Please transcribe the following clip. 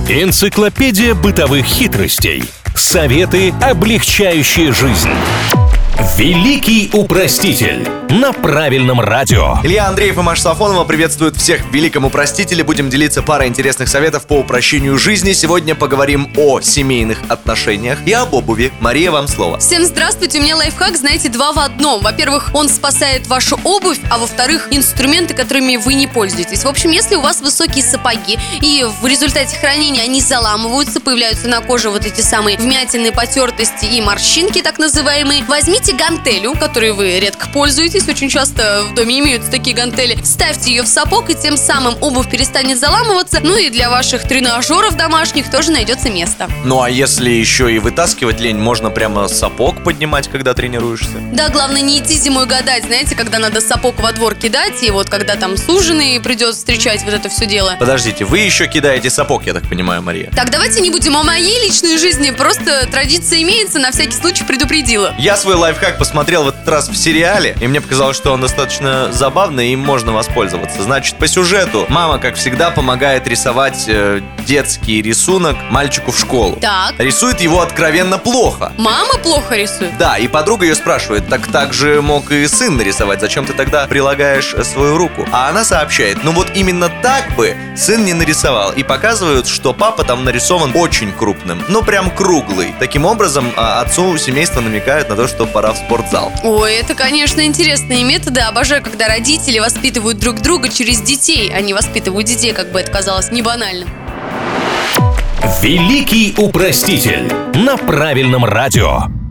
Энциклопедия бытовых хитростей. Советы, облегчающие жизнь. Великий упроститель на правильном радио. Илья Андреев и Маша Сафонова приветствуют всех в Великом Упростителе. Будем делиться парой интересных советов по упрощению жизни. Сегодня поговорим о семейных отношениях и об обуви. Мария, вам слово. Всем здравствуйте, у меня лайфхак, знаете, 2 в 1. Во-первых, он спасает вашу обувь, а во-вторых, инструменты, которыми вы не пользуетесь. В общем, если у вас высокие сапоги, и в результате хранения они заламываются, появляются на коже вот эти самые вмятины, потертости и морщинки, так называемые, возьмите гантелю, которой вы редко пользуетесь, очень часто в доме имеются такие гантели, вставьте ее в сапог, и тем самым обувь перестанет заламываться, ну и для ваших тренажеров домашних тоже найдется место. Ну а если еще и вытаскивать лень, можно прямо сапог поднимать, когда тренируешься? Да, главное не идти зимой гадать, знаете, когда надо сапог во двор кидать, и вот когда там суженый придет встречать вот это все дело. Подождите, вы еще кидаете сапог, я так понимаю, Мария. Так, давайте не будем о моей личной жизни, просто традиция имеется, на всякий случай предупредила. Я свой лайфхак посмотрел в этот раз в сериале, и мне показалось, что он достаточно забавный, и им можно воспользоваться. Значит, по сюжету мама, как всегда, помогает рисовать детский рисунок мальчику в школу. Так. Рисует его откровенно плохо. Мама плохо рисует? Да, и подруга ее спрашивает: так же мог и сын нарисовать, зачем ты тогда прилагаешь свою руку? А она сообщает: ну вот именно так бы сын не нарисовал. И показывают, что папа там нарисован очень крупным, ну прям круглый. Таким образом, отцу семейства намекают на то, что пора в спортзал. Ой, это, конечно, интересные методы. Обожаю, когда родители воспитывают друг друга через детей. Они воспитывают детей, как бы это казалось не банальным. Великий упроститель на правильном радио.